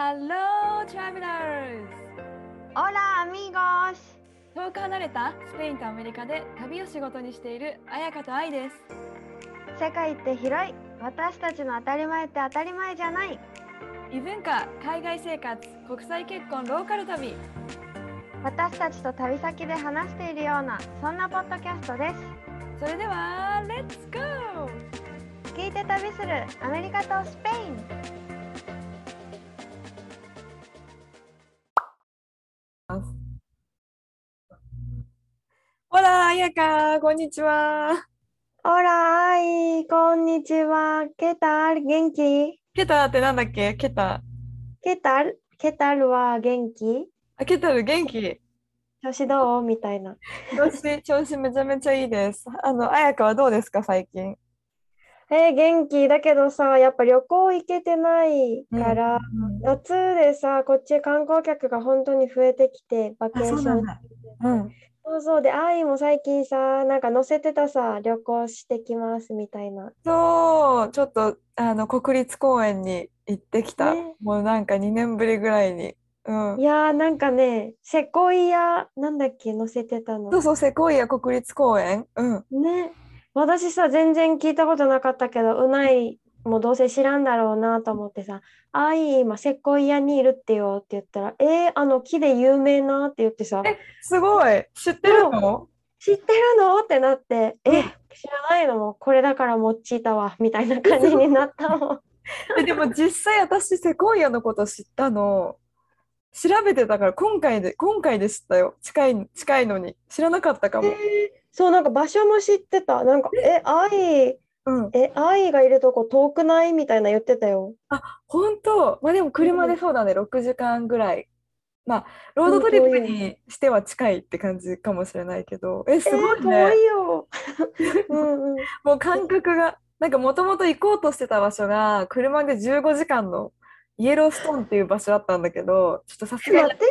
Hello, travelers! Hola amigos! 遠く離れたスペインとアメリカで旅を仕事にしている彩香と愛です。 世界って広い。私たちの当たり前って当たり前じゃない。 異文化、海外生活、国際結婚、ローカル旅。 私たちと旅先で話しているような、そんなポッドキャストです。 それでは、レッツゴー！ 聞いて旅するアメリカとスペイン。 ほら、彩香、こんにちは。 Hola, ay, こんにちは。¿Qué tal? 元気？ ケタってなんだっけ？ケタ。 ¿Qué tal? ¿Qué tal は元気？ あ、ケタル元気。 調子どうみたいな。 調子めちゃめちゃいいです。彩香はどうですか、最近。 元気だけどさ、やっぱ旅行行けてないうん。 から、 うん。 夏でさ、こっち観光客が本当に増えてきて、バあ、 ケーション。 そうなんだ。うん。 そうそうで、愛も最近さ、なんか載せてたさ、旅行してきますみたいな。 そう、ちょっと、国立公園に行ってきた。 ね。 もうなんか2年ぶりぐらいに。うん。 いやー、なんかね、セコイア、なんだっけ、載せてたの。 そうそう、セコイア国立公園。うん。 ね。私さ、全然聞いたことなかったけど、うないもどうせ知らんだろうなと思ってさ、愛、今、セコイアにいるってよって言ったら、あの木で有名なって言ってさ、 え、すごい。知ってるそう、 の？ 知ってるのってなって、 うん。 知らないのも、これだからもっちいたわ、みたいなえ、すごい。 感じになったもん。 でも実際私、セコイアのこと知ったの、調べてたから今回で知ったよ。近いのに。知らなかったかも。 そう、なんか場所も知ってた。なんか、 うん。 愛がいるとこ遠くないみたいな言ってたよ。 あ、本当。まあでも車でそうだね、6時間ぐらい。まあ、ローうん、 ドトリップ遠いよ。 にしては近いって感じかもしれないけど、すごい遠ね。 いよ。うんうん。 もう感覚が、なんかもともと行こうとしてた場所が、車で15時間のイエローストーンっていう場所だったんだけど、ちょっとさすがに、 待って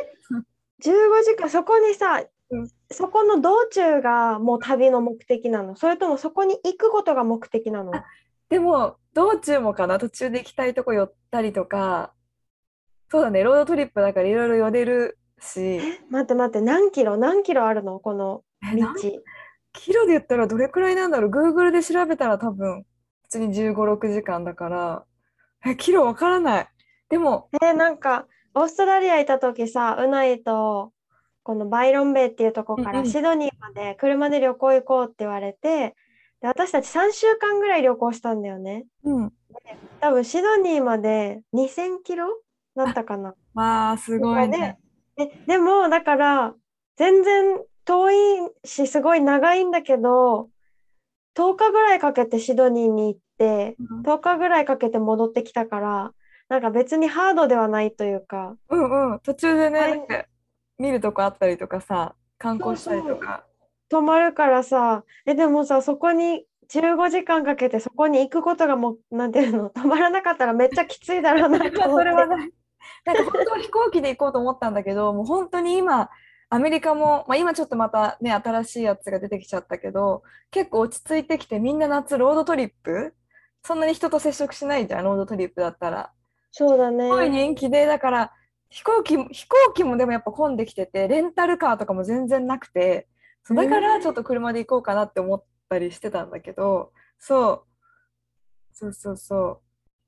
、15時間、そこにさ、 うん。 そこの道中がもう旅の目的なの？それともそこに行くことが目的なの？ でも、道中もかな、途中で行きたいとこ寄ったりとか、そうだね、ロードトリップだからいろいろ寄れるし、 待って待って、何キロあるのこの道？ 何キロで言ったらどれくらいなんだろう。Google で調べたら多分、普通に15、6時間だから、キロわからない。でも、 なんか、オーストラリア行った時さ、うないと、このバイロンベイっていうとこうんうん。 からシドニーまで車で旅行行こうって言われて、で、私たち3週間ぐらい旅行したんだよね。 うん。 多分シドニーまで2000キロだっあ、 たかな。 まあ、すとかで、 ごいね。 でも、だから、全然遠いし、すごい長いんだけど、10日ぐらいかけてシドニーに行って、 うん。 10日ぐらいかけて戻ってきたから、なんか別にハードではないというか、 うんうん。途中でね、 はい、 なんか見るとこあったりとかさ、観そう光したりそう、 とか。 泊まるからさ、でもさ、そこに15時間かけてそこに行くことがもう、なんていうの、泊まらなかったらめっちゃきついだろうなとまあ、 思って。 それはない。なんか本当は飛行機で行こうと思ったんだけど、もう本当に今、アメリカも、まあ、今ちょっとまたね、新しいやつが出てきちゃったけど、結構落ち着いてきて、みんな夏ロードトリップ、そんなに人と接触しないじゃん、ロードトリップだったら。 そうだすごいね。 人気で、だから飛行機もでもやっぱ混んできてて、レンタルカーとかも全然なくて、そうだからちょっと車で行こうかなって思ったりしてたんだけど、そう。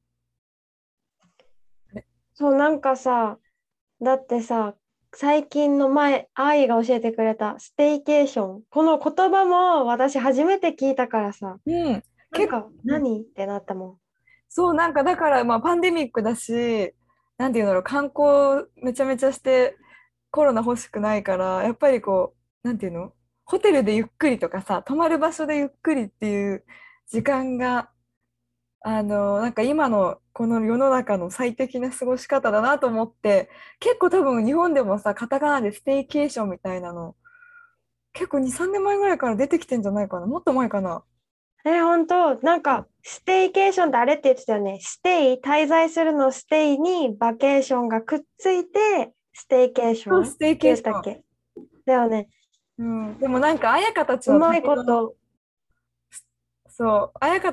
あれ。 そう、なんかさ、だってさ、最近の愛が教えてくれたステイケーション。この言葉も私初めて聞いたからさ、 うん。結なんか何ってなったもん。 そう、なんかだから、まあ、パンデミックだし、なんていうんだろう、観光めちゃめちゃして、コロナ欲しくないから、やっぱりこう、なんていうの、ホテルでゆっくりとかさ、泊まる場所でゆっくりっていう時間が、なんか今のこの世の中の最適な過ごし方だなと思って、結構多分日本でもさ、カタカナでステイケーションみたいなの、結構2、3年前ぐらいから出てきてんじゃないかな。もっと前かな。 本当なんうん。 か、ステイケーションってあれって言ってたよね。滞在するのステイにバケーションがくっついて、ステイケーションってそう、ステイケーション。 言ったっけ？だよね。 うん。でもなんか、彩香たちのうまい旅の、 こと。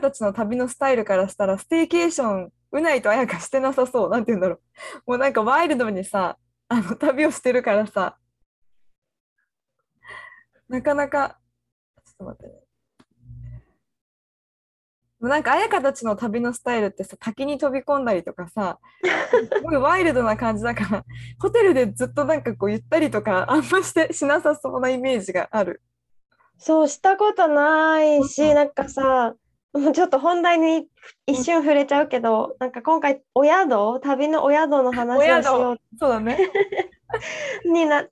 そう、彩香たちの旅のスタイルからしたら、ステイケーションうないと彩香してなさそう。なんて言うんだろう。もうなんかワイルドにさ、旅をしてるからさ、なかなか、ちょっと待ってね。もうなんか彩香たちの旅のスタイルってさ、滝に飛び込んだりとかさ、すごいワイルドな感じだから、ホテルでずっとなんかこうゆったりとかあんましなさそうなイメージがある。 そうしたことないし、 うん。 なんかさ、もうちょっと本題に一うん。 瞬触れちゃうけど、なんか今回旅のお宿のお宿、 話をしようそうだね。 になって、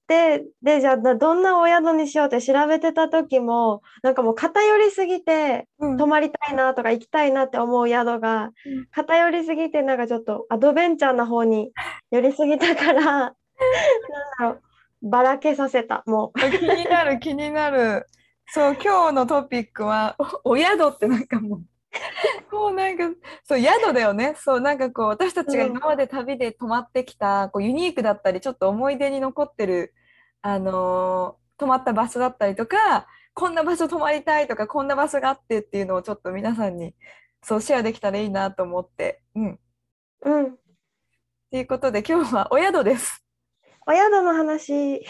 で、じゃあどんなお宿にしようって調べてた時も、なんかもう偏りすぎて、 うん。 泊まりたいなとか行きたいなって思う宿がうん。 偏りすぎて、なんかちょっとアドベンチャーな方に寄りすぎたから、なんだろばらけさせた、もう。 気になる、気になる。そう、今日のトピックは、お宿ってなんかもう、こうなんか、そう、宿だよね。そう、なんかこう、私たちがうん、 今まで旅で泊まってきた、こう、ユニークだったり、ちょっと思い出に残ってる、泊まった場所だったりとか、こんな場所泊まりたいとか、こんな場所があってっていうのをちょっと皆さんに、そう、シェアできたらいいなと思って。うん。 うん。 ということで、今日はお宿です。 お宿の話。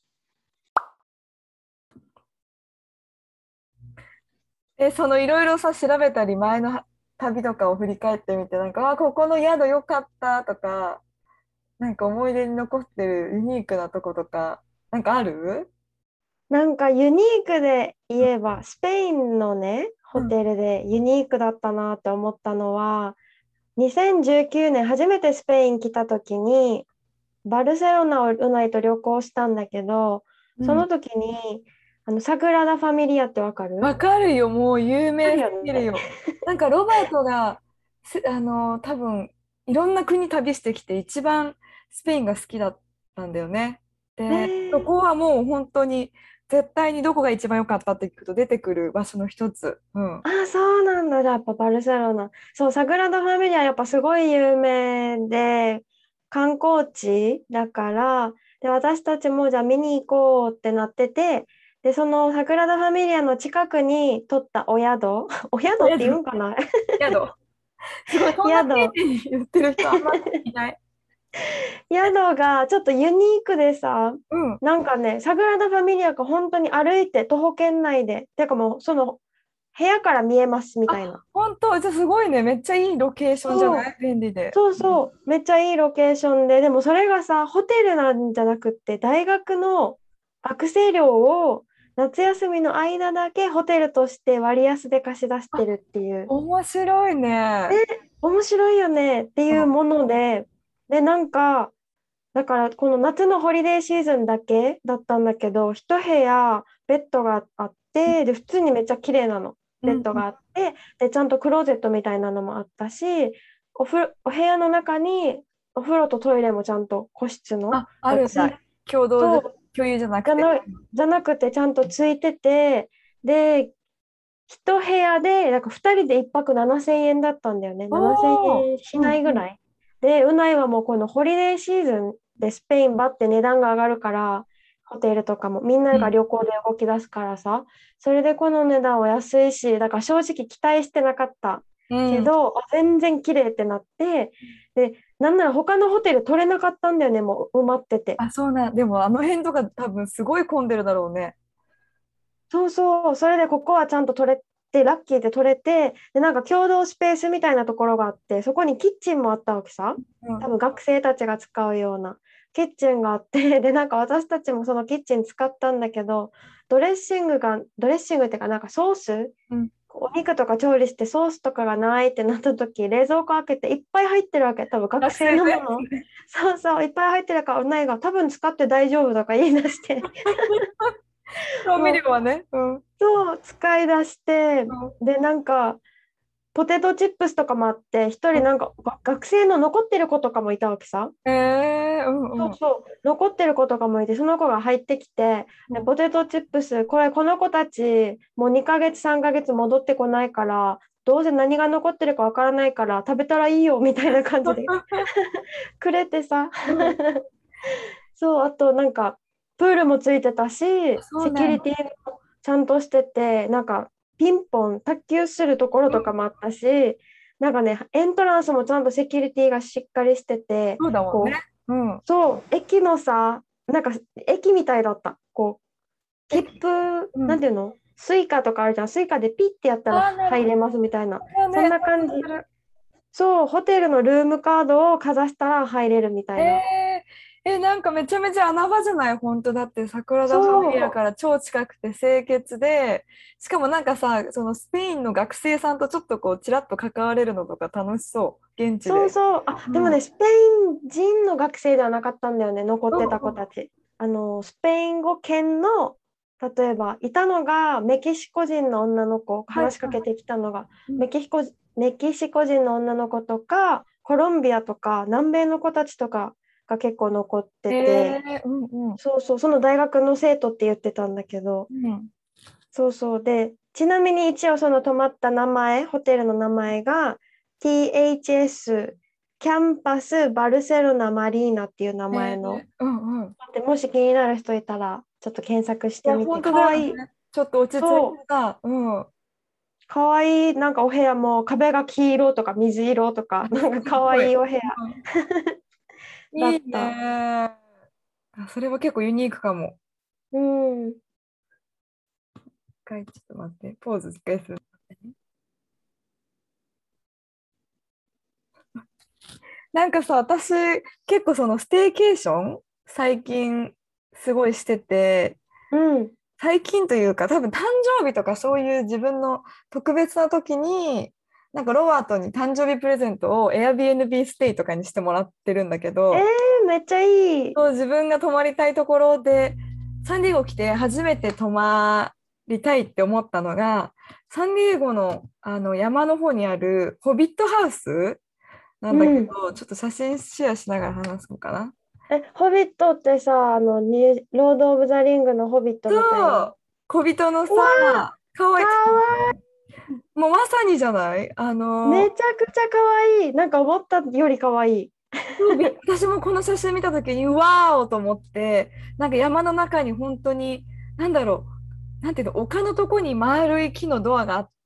で、そのいろいろさ、調べたり、前の旅とかを振り返ってみて、なんか、あ、ここの宿良かったとか、なんか思い出に残ってるユニークなとことか、なんかある？ なんかユニークで言えば、スペインのね、ホうん。 テルでユニークだったなって思ったのは、2019年初めてスペイン来た時に、バルセロナをうないと旅行したんだけど、そうん。 の時に、サグラダ・ファミリアってわかる？ わかるよ、もう有ある名すよね。 ぎるよ。なんかロバートが、多分、いろんな国旅してきて一番スペインが好きだったんだよね。 ねで、そえ。 こはもう本当に絶対にどこが一番良かったって聞くと出てくる場所の一つ。うん。 あ、そうなんだ。じゃあやっぱバルセロナ。そう、サグラダ・ファミリアやっぱすごい有名で、観光地だから、で、私たちもじゃあ見に行こうってなってて、で、そのサグラダ・ファミリアの近くに取ったお宿、お宿って言う宿、 んかな？ 宿。すごい、そんな丁宿。 寧に言ってる人あんまいない。 宿がちょっとユニークでさ、 うん。 なんかね、サグラダ・ファミリアが本当に歩いて徒歩圏内で、てかもうその部屋から見えますみたいな。 あ、本当、じゃあすごいね。めっちゃいいロケーションじゃそう、 ない？便利で。 そううん。 そう、めっちゃいいロケーションで、でもそれがさ、ホテルなんじゃなくって、大学の学生寮を夏休みの間だけホテルとして割安で貸し出してあ、 るっていう、 面白いね。 面白いよねってうん。 いうもので、で、なんか、だからこの夏のホリデーシーズンだけだったんだけど、一部屋ベッドがあって、で、普通にめっちゃ綺麗なの。ベッドうん。 があって、で、ちゃんとクローゼットみたいなのもあったし、お部屋の中にお風呂とトイレもちゃんと個室のあ、あるんだ。 がつい共同で、 そう共有じゃなくて。 じゃな、じゃなくてちゃんとついてて、で、一部屋で、なんか2人で1泊7000円だったんだよね。7000 おお。 円しうんうん。 ないぐらい。で、うないはもうこのホリデーシーズンでスペインバって値段が上がるから、ホテルとかもみんながうん。 旅行で動き出すからさ、それでこの値段は安いし、だから正直期待してなかったうん。 けど、全然綺麗ってなって、で、なんなら他のホテル取れなかったんだよね、もう埋まってて。 あ、そうなん。でもあの辺とか多分すごい混んでるだろうね。 そうそう、それでここはちゃんと取れて、ラッキーで取れて、で、なんか共同スペースみたいなところがあって、そこにキッチンもあったわけさ。 うん。 多分学生たちが使うようなキッチンがあって、で、なんか私たちもそのキッチン使ったんだけど、ドレッシングっていうか、なんかソース、 うん。 お肉とか調理してソースとかがないってなった時、冷蔵庫開けていっぱい入ってるわけ。多分学生学生ののもの。 やつね。 そうそう、いっぱい入ってるから、ないが多分使って大丈夫とか言い出して、 調味もう料はね。うん。うそう使い出して、 ん。 でなんかポテトチップスとかもあって、一人なんか学生の残ってる子とかもいたわけさ。 うんうん。 そうそう、残ってる子とかもいて、その子が入ってきて、でうん。 ポテトチップス、この子たちもう2ヶ月3ヶ月戻ってこないから、どうせ何が残ってるかわからないから食べたらいいよみたいな感じでくれてさ。 うん。 そう、あとなんかプールもついてたし、 あ、そうセキュなんだ。 リティもちゃんとしてて、なんかピンポン卓球するところとかもあったし、 なんかね、エントランスもちゃんとセキュリティがしっかりしてて、 そうだもんね。 こう、 うん。 そう、駅のさ、なんか駅みたいだった。こう、 え、 切符、 うん。 なんていうのスイカとかあるじゃん。スイカでピッてやったらああ、なるほ入れますみたいな。 どね。 そんな感じ。 想像する。 そう、ホテルのルームカードをかざしたら入れるみたいな。 なんかめちゃめちゃ穴場じゃない本当だって桜田ファミそう、 リアから超近くて清潔で、しかもなんかさ、そのスペインの学生さんとちょっとこう、ちらっと関われるのとか楽しそう。現地で。 そうそう。あ、 うん。 でもね、スペイン人の学生ではなかったんだよね、残ってたうんうん。 子たち。スペイン語圏の、例えば、いたのがメキシコ人の女の子、 はいはい。 話しかけてきたのが、 うん。 メキシコ人の女の子とか、コロンビアとか、南米の子たちとかが結構残ってて、 うんうん。 そうそう、その大学の生徒って言ってたんだけど、 うん。 そうそう。で、ちなみに一応その泊まった名前、ホテルの名前が THS キャンパスバルセロナマリーナっていう名前の。 うんうん。 で、もし気になる人いたら、ちょっと検索しいや、 てみて。 本当だよね。 かわいい。 ちょっと落ち着いそう。 てさ、うん。 かわいい。なんかお部屋も壁が黄色とか水色とか、なんかかわすごい。 いいお部屋うん。いいだった。 ね。あ、それは結構ユニークかも。 うん。 一回ちょっと待って。ポーズ一回する。なんかさ、私、結構そのステーケーション、最近すごいしてて、 うん。 最近というか、多分誕生日とかそういう自分の特別な時に、なんかロバートに誕生日プレゼントを Airbnb ステイとかにしてもらってるんだけど、 めっちゃいい。 そう自分が泊まりたいところで、サンディエゴ来て初めて泊まりたいって思ったのが、サンディエゴの、あの山の方にあるホビットハウスなうんだけん。 ど、ちょっと写真シェアしながら話すのかな。 ホビットってさ、ロード・オブ・ザ・リングのホビットみたいな。 そう、小人のうわさ、かわかいい、ちょっとわもうまさにじゃない。 いい。めちゃくちゃかわいい。なんか思ったよりかわいい。 そう私もこの写真見た時に、わーおと思って、なんか山の中に本当に、なんだろなんていうの、丘のとこに丸い木のドアがあって、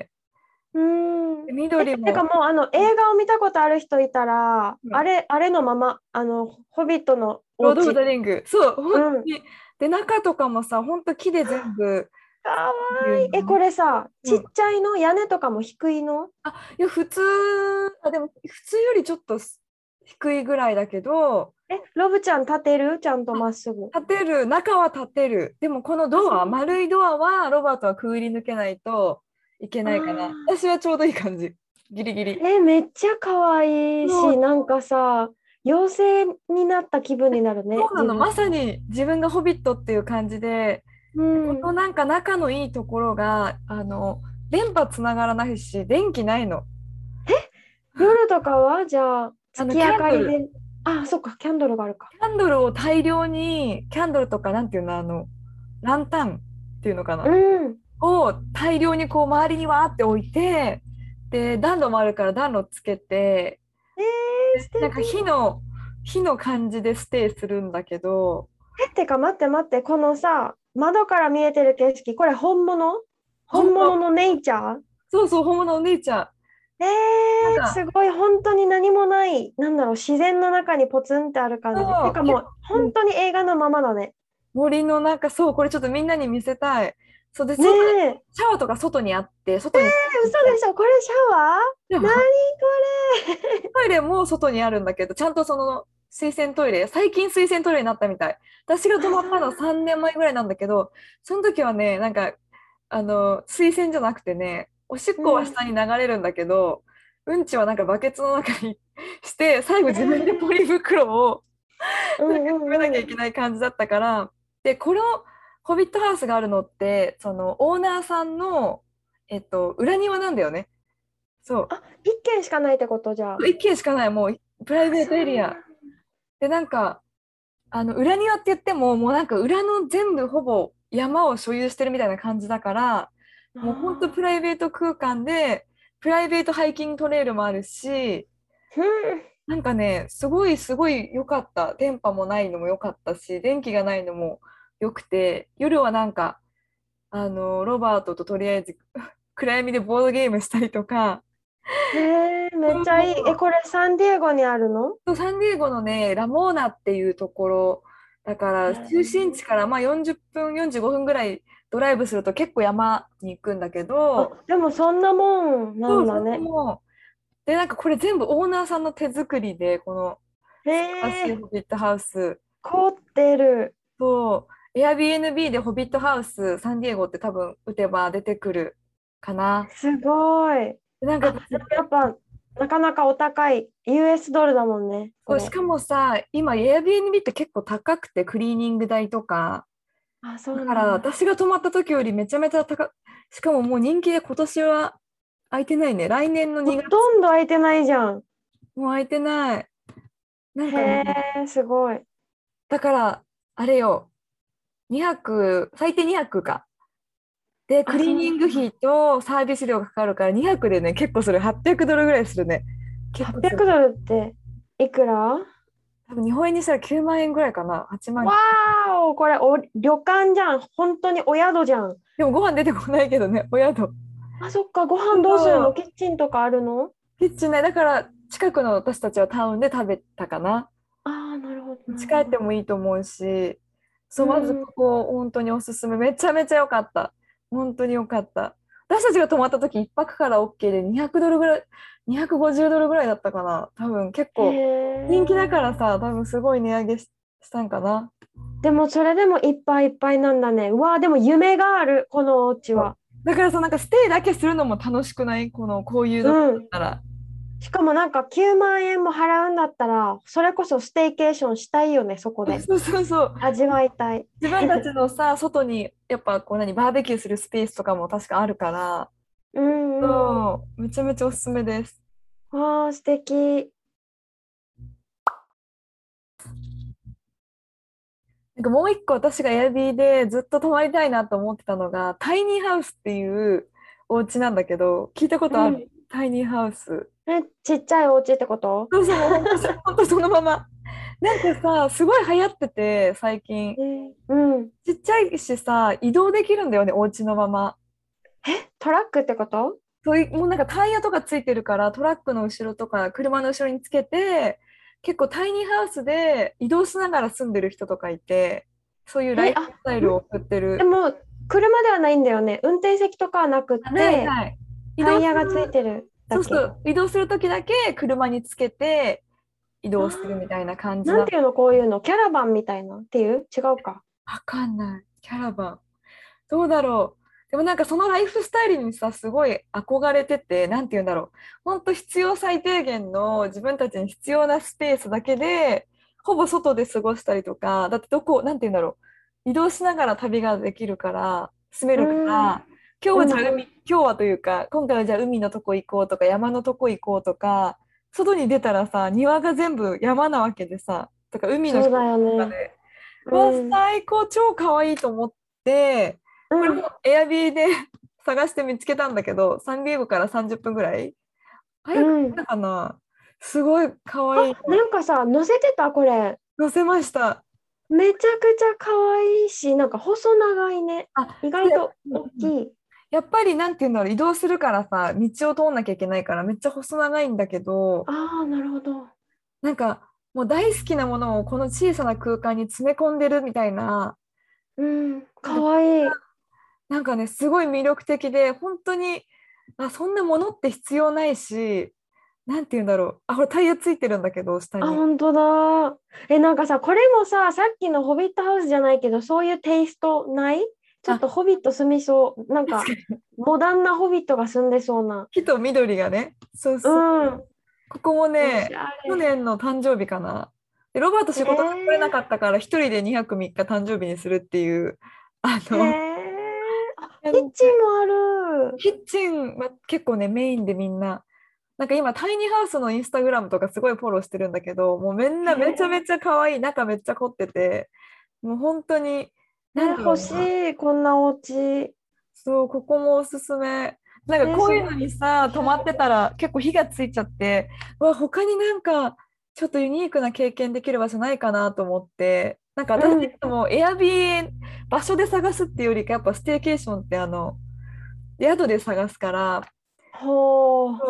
うーん。 で緑も、 てかもう映画を見たことある人いたら、 うん、 あれのまま、ホビットのおロード・オブ・ザ・家。 リング、そう、本うん。 当に。で、中とかもさ、本当木で全部、 かわいい。 っていうの、 これさ、ちうん。 っちゃいの屋根とかも低いのあ、いや、普通、でも、普通よりちょっと低いぐらいだけど、 ロブちゃん立てるちゃんとまっすぐ。 立てる、中は立てる。でもこのあ、 ドア、丸いドアはロバートはくぐり抜けないといけないかな。 あ私はちょうどいい感じ。ギリギリ。 めっちゃ可愛いし、 そうなんかさ、妖精になった気分になるね、 そうなの。 自分。 まさに自分がホビットっていう感じで、 うこのん。 なんか仲のいいところが、電波つながらないし、電気ないの。 夜とかは、じゃあ、月キ明ャンドル。 かりで、あ、そっか、キャンドルがあるか。 キャンドルを大量に、キャンドルとかなんていうの、ランタンっていうのかうな。 ん。 を大量にこう周りにわーって置いて、で、暖炉もあるから暖炉つけて、 素敵。 なんか火の感じでステイするんだけど、 てか、待って待って、このさ、窓から見えてる景色、これ本物本物、 のネイチャーそうそう、本物のお姉ちゃん。なんか、 すごい、本当に何もない、なんだろう、自然の中にポツンってある感じ。てそう、 かもう、本当に映画のままだね。 森の中、そう、これちょっとみんなに見せたい。そうで、 ねえ。 シャワーとか外にあって、外に行ったり、 嘘でしょこれシャワー何でもこれトイレも外にあるんだけど、ちゃんとその水洗トイレ、最近水洗トイレになったみたい。私が泊まったの3年前ぐらいなんだけど、その時はね、なんか、水洗じゃなくてね、おしっうこはん。 下に流れるんだけど、うんちはなんかバケツの中にして、最後自分でポリ袋をうん詰めなきゃうんうん。 いけない感じだったから、で、このホビットハウスがあるのって、そのオーナーさんの、裏庭なんだよね。そあ、一軒しかないってことじゃあ。 う。一軒しかない、もうプライあ、 ベートエリア。で、なんか、裏庭って言っても、もうなんか裏の全部ほぼ山を所有してるみたいな感じだから、もうほんとプあライベート空間で、プライベートハイキングトレイルもあるし、 ー、うん。 なんかね、すごい良かった。電波もないのも良かったし、電気がないのも良くて、夜はなんか、ロバートととりあえず暗闇でボードゲームしたりとか、 めっちゃいい。これサンディエゴにあるの？ そうサンディエゴのね、ラモーナっていうところ、だかへら中心地からーまあ40分、45分ぐらいドライブすると結構山に行くんだけあ、 ど、 でもそんなもんなそう、そこんだね。 も、で、なんかこれ全部オーナーさんの手作りで、このへ素晴らしいえ、 ホビットハウス。 凝ってる。 そう、Airbnb でホビットハウスサンディエゴって多分打てば出てくるかな。 すごい。 でなんかあ、でもやっぱ、なかなかお高い。US ドルだもんね、これ。 そうしかもさ、今 Airbnb って結構高くて、クリーニング代とか。 あ、そだからうなんだ。 私が泊まった時よりめちゃめちゃ高く、しかももう人気で今年は空いてないね。来年のほ 2月とんど空いてないじゃん。 もう空いてない。なんかね、 へえ、すごい。 だから、あれよ、2泊、最低2泊か。で、クあ、 リーそうニング費とサービス料がかかるから2泊でね、結構する。800ドルぐらいするね。結構する。 800ドルっていくら？わ多分日本円にしたら9万円ぐらいかな。8万。 ーお、これ旅館じゃん。本当にお宿じゃん。 でもご飯出てこないけどね、お宿。 あ、そっか、ご飯どうするの？キッチンとかあるの？ キッチンね、だから近くの私たちはタウンで食べたかな。 ああー、なるほど、なるほど。 近いってもいいと思うし、そう、まずうん。 ここ、本当におすすめ。めちゃめちゃ良かった。本当に良かった。私たちが泊まった時、一泊から OK で200ドルぐらい、250ドルぐらいだったかな。多分結へ構人気だからえ。 さ、多分すごい値上げしたんかな。 でもそれでもいっぱいいっぱいなんだね。うわー、でも夢がある、このお家そうは。 だからさ、なんかステイだけするのも楽しくない？こういうのだっうん。 たら。 しかもなんか9万円も払うんだったら、それこそステイケーションしたいよね、そこで。 そうそうそう。 味わいたい。 自分たちのさ、外にやっぱこうバーベキューするスペースとかも確かあるから、 うんうん。 そう、めちゃめちゃおすすめです。 わあ、素敵。 なんかもう一個私がエアビーでずっと泊まりたいなと思ってたのが、タイニーハウスっていうお家なんだけど、聞いたことある？ うん。 タイニーハウス。 ちっちゃいお家ってこと？ そうそう、もう本当そのまま。なんかさ、すごい流行ってて、最近。 うん。 ちっちゃいしさ、移動できるんだよね、お家のまま。 トラックってこと？ そういう、もうなんかタイヤとかついてるから、トラックの後ろとか、車の後ろにつけて、結構タイニーハウスで移動しながら住んでる人とかいて、そういうライフスタイルを送ってる。 でも、車ではないんだよね。運転席とかはなくっあないて、 ない。移タ動すイヤがついる、 てるだけ。 そうそう、移動するときだけ車につけて移あ動するみたいな感ー、 じなの。 なんていうの、こういうの？キャラバンみたいなっていう？違うか。 わかんない。キャラバン。どうだろう。でもなんかそのライフスタイルにさ、すごい憧れてて、なんて言うんだろう。ほんと必要最低限の自分たちに必要なスペースだけで、ほぼ外で過ごしたりとか、だってなんて言うんだろう。移動しながら旅ができるから、住めうるかん、 ら、今日はじゃあうん、 今日はというか、今回はじゃあ海のとこ行こうとか、山のとこ行こうとか、外に出たらさ、庭が全部山なわけでさ、とか海の近くそうだよね。 とかで、うわ、 うん、 最高、超可愛いと思って、これうん、 もエアビーで探して見つけたんだけど、サンディエゴから30分ぐらいう早く来ん。 たかな。すごい可愛いあ、 の。 なんかさ、載せてた、これ。 載せました。 めちゃくちゃ可愛いし、なんか細長いね。 あ、 意それ、 外と大うんうんきい。 やっぱりなんていうんだろう、移動するからさ、道を通んなきゃいけないからめっちゃ細長いんだけど、 ああ、なるほど。 なんかもう大好きなものをこの小さな空間に詰め込んでるみたいな、 うん、 なんか、 可愛い。 なんかね、すごい魅力的で、本当に、そんなものって必要ないし、なんて言うんだろう。これタイヤついてるんだけど、下あ、 に。 本当だ。なんかさ、これもさ、さっきのホビットハウスじゃないけど、そういうテイストない？ちょっあ、 とホビット住みそう。なんか、 確かに。 モダンなホビットが住んでそうな。 木と緑がね。そううそう。 ん。 ここもおしね、去ゃれ。 年の誕生日かな。で、ロバート仕事が来れなかったから、一人で2泊3日誕生日にするっていう、あへの、 え。あ、キッ感じチンもある。 キッチンは結構ね、メインでみんな、なんか今、タイニーハウスのインスタグラムとかすごいフォローしてるんだけど、もうみんなめちゃめへちゃ可愛い、中めっちゃ凝ってて、もう本当に、なんだろ欲しうな。 い、こんなお家。 そう、ここもおすすめ。なんかこういうのすごい。 にさ、泊まってたら結構火がついちゃって、他になんかちょっとユニークな経験できる場所ないかなと思って、なんか私いうん。 つもエアビー場所で探すっていうよりか、やっぱステーケーションって宿で探すから、 ほう。 そう。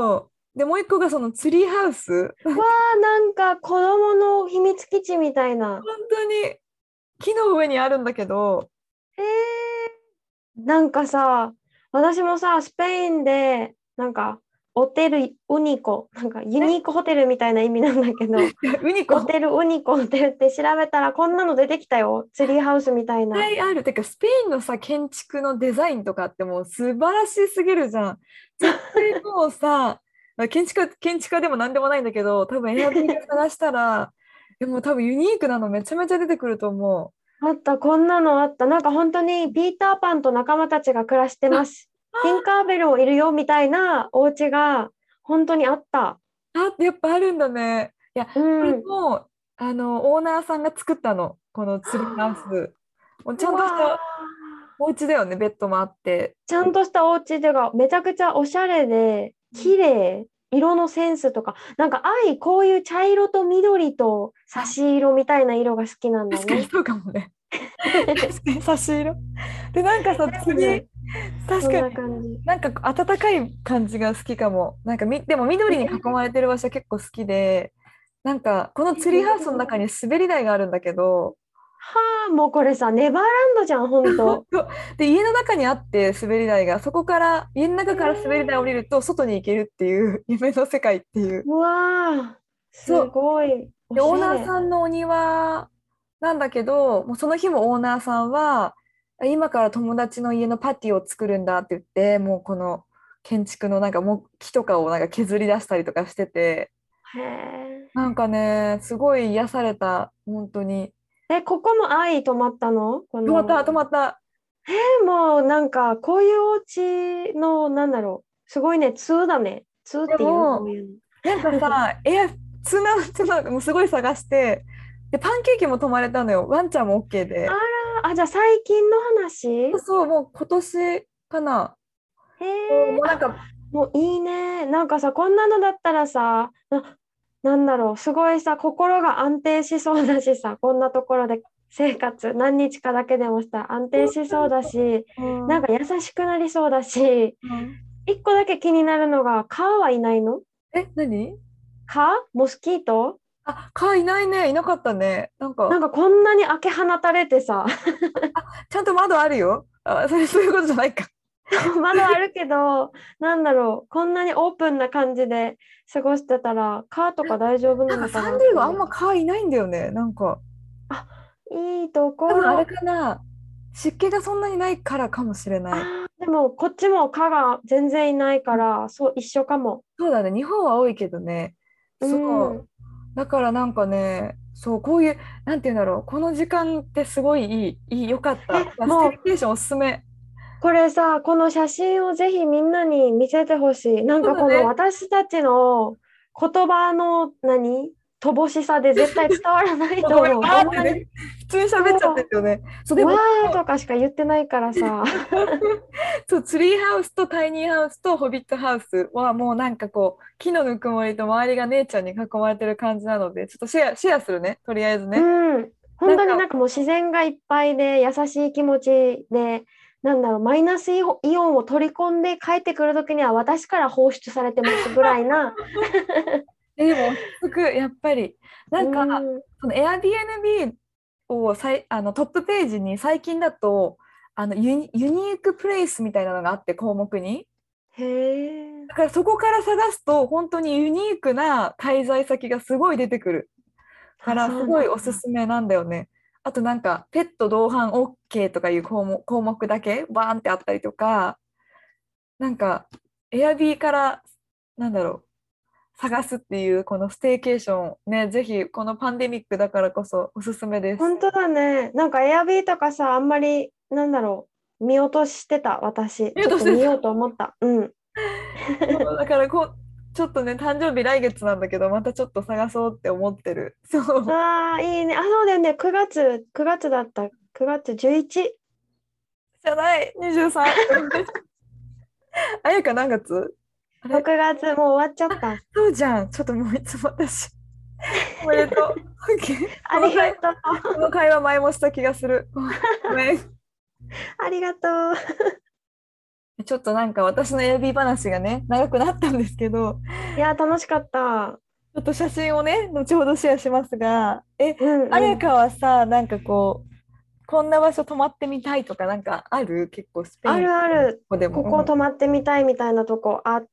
で、もう一個がそのツリーハウス。本わあ、なんか子供の秘密基地みたいな。 当に木の上にあるんだけど、 えなんかさ、私もさ、スペインで、なんか、ホテルウニコ、なんかユニークホテルみたいな意味なんだけど、 ウニコホテルウニコって言って調べたらこんなの出てきたよ。ツリーハウスみたいな。 対ある。てか、スペインのさ、建築のデザインとかってもう素晴らしすぎるじゃん。絶対もうさ、建築家でもなんでもないんだけど、多分エアビーで探したら、でも多分ユニークなのめちゃめちゃ出てくると思あった、こんなのあった。なんか本当にピーターパンと仲間たちが暮らしてう。 ます。ティンカーベルもいるよみたいなお家が本当にあった。 やっぱあるんだね。いや、 うこれん。 も、オーナーさんが作ったの、このツリーハウス。もうちゃんとしうわたお家だよね、ベッドもあって。 ちゃんとしたお家でがめちゃくちゃおしゃれで綺麗、色のセンスとか、なんかこういう茶色と緑と差し色みたいな色が好きなんだね。 確かにそうかもね。確かに差し色。で、なんかさ、次、 うん、そん確かに、 な感じ。 なんか暖かい感じが好きかも。なんかでも緑に囲まれてる場所結構好きで、なんかこのツリーハウスの中に滑り台があるんだけど、 はあ、もうこれさ、ネバーランドじゃん、ほんと。 そうで、家の中にあって滑り台が、そこから、家の中から滑り台降りると外に行けるっていう夢の世界っていう。 うわあ、すそう。 ごい、おで、オーナーしゃれ。 さんのお庭なんだけど、もうその日もオーナーさんは、今から友達の家のパティを作るんだって言って、もうこの建築のなんか木とかをなんか削り出したりとかしてて、 へえ。 なんかね、すごい癒された、本当に。 ここも泊まったのこの。 止まった、止まった。 もうなんか、こういうお家の、なんだろう。すごいね、通だね。通っでていうこも、 ういうの。 なんかさ、ツナもうすごい探して、で、パンケーキも泊まれたのよ。ワンちゃんも OK あで。 じゃあ最近の話。 そう、もう今年かな。 へもうなんか、 もういいね。なんかさ、こんなのだったらさ、なんだろう、すごいさ、心が安定しそうだしさ、こんなところで生活何日かだけでもしたら安定しそうだし、 うん、 なんか優しくなりそうだし、 うん、 一個だけ気になるのが、蚊はいないの？ 何？ モスキート？ あ、蚊いないね。いなかったね。なんか、 なんかこんなに開け放たれてさ、 ちゃんと窓あるよ。あ、そういうことじゃないか。 窓あるけど、なんだろう、こんなにオープンな感じで過ごしてたら、蚊とか大丈夫なのかなんかサンなって思って。 ディエゴあんま蚊いないんだよね。なんか、 あ、いいと多分あれころ。 かな。湿気がそんなにないからかもしれない。 でもこっちも蚊が全然いないから、そう一緒かも。 そうだね。日本は多いけどね。 うそん。 う。だからなんかね、そう、こういう、なんて言うんだろう。この時間ってすごい良かった。ステもうーキケーションおすすめ。 これさ、この写真をぜひみんなに見せてほしい。なんかこのそうだね。 私たちの言葉の乏しさで絶対伝わらないもうごめん、 と思う。 あほんまに。 ーってね、普通に喋っちゃってそう。 るよね。そう、でわも、 ーとかしか言ってないからさ。 そう、ツリーハウスとタイニーハウスとホビットハウスはもうなんかこう、木のぬくもりと周りが姉ちゃんに囲まれてる感じなので、ちょっとシェアするね、とりあえずね。 うん。本当にななんか、 んかもう自然がいっぱいで優しい気持ちで、なんだろう、マイナスイオンを取り込んで帰ってくるときには私から放出されてますぐらいな。 でも落ち着く、やっぱり。なうんか、 ん。 その Airbnb をトップページに最近だと、ユニークプレイスみたいなのがあって、項目に。 へえ。 だからそこから探すと、本当にユニークな滞在先がすごい出てくる。かあ、 ら、 そうなんすごいおすだ。 すめなんだよね。あとなんか、ペット同伴 OK とかいう項目だけバーンってあったりとか、なんか、エアビーから、なんだろう、探すっていう、このステーケーション、ね、ぜひ、このパンデミックだからこそおすすめです。 本当だね。なんかエアビーとかさ、あんまり、なんだろ見落としてた、私。 ミューちょっトしてた。 と見ようと思った。うん。 そうだからちょっとね、誕生日来月なんだけど、またちょっと探そうって思ってる。そう。 ああ、いいね。あ、そうだよね。9月だった。9月11。 じゃない、23。あやか何月？あれ？ 6月もう終わっちゃった。 そうじゃん。ちょっともういつも私。おめでとう。OK ありがとこのう。 会話前もした気がする。ごめん。 ありがとう。 ちょっとなんか私のエアビー話がね、長くなったんですけど、 いや、楽しかった。 ちょっと写真をね、後ほどシェアしますが、 うんうん。 彩香はさ、なんかこう、こんな場所泊まってみたいとかなんかある？結構スペあインるある。 こでも。 ここ泊まってみたいみたいなとこあって、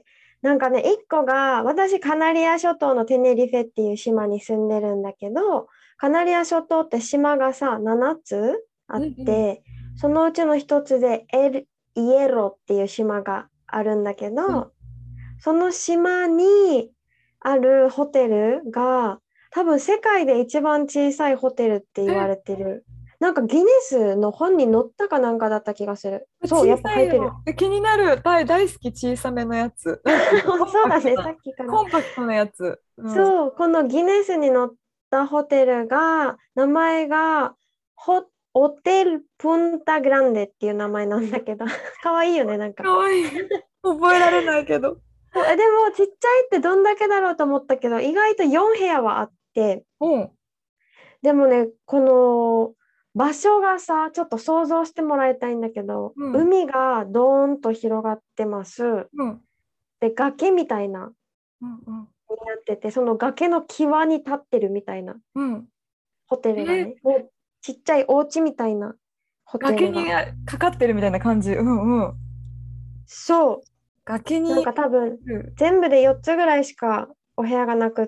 なんかね、一個が、私、カナリア諸島のテネリフェっていう島に住んでるんだけど、カナリア諸島って島がさ、7つあうんっうん。 て、そのうちの一つでイエロっていう島があるんだけうん。 ど、その島にあるホテルが、多分世界で一番小さいホテルって言わえ、 れてる。なんかギネスの本に載ったかなんかだった気がする。そう、や小っぱさいの。 書いてる。 気になる。大好き小さめのやつ。なんていうの、コンそうだね、さパクトな。 っきから。 コンパクトなやつ。うん。 そう、このギネスに載ったホテルが、名前がホテルプンタグランデっていう名前なんだけど、かわいいよね、なんか。 かわいい。覚えられないけど。 そうでも、ちっちゃいってどんだけだろうと思ったけど、意外と4部屋はあって、 うん。 でもね、この場所がさ、ちょっと想像してもらいたいんだけど、 うん。 海がドーンと広がってます。 うん。 で、崖みたいな、 うん。うん。 になってて、その崖の際に立ってるみたいなうん。 ホテルがね、もうちっちゃいお家みたいなホテ崖にルが。 かかってるみたいな感じ。うんうん。 そう、なん崖に。 か多分、 うん。 全部で4つぐらいしかお部屋がなくって、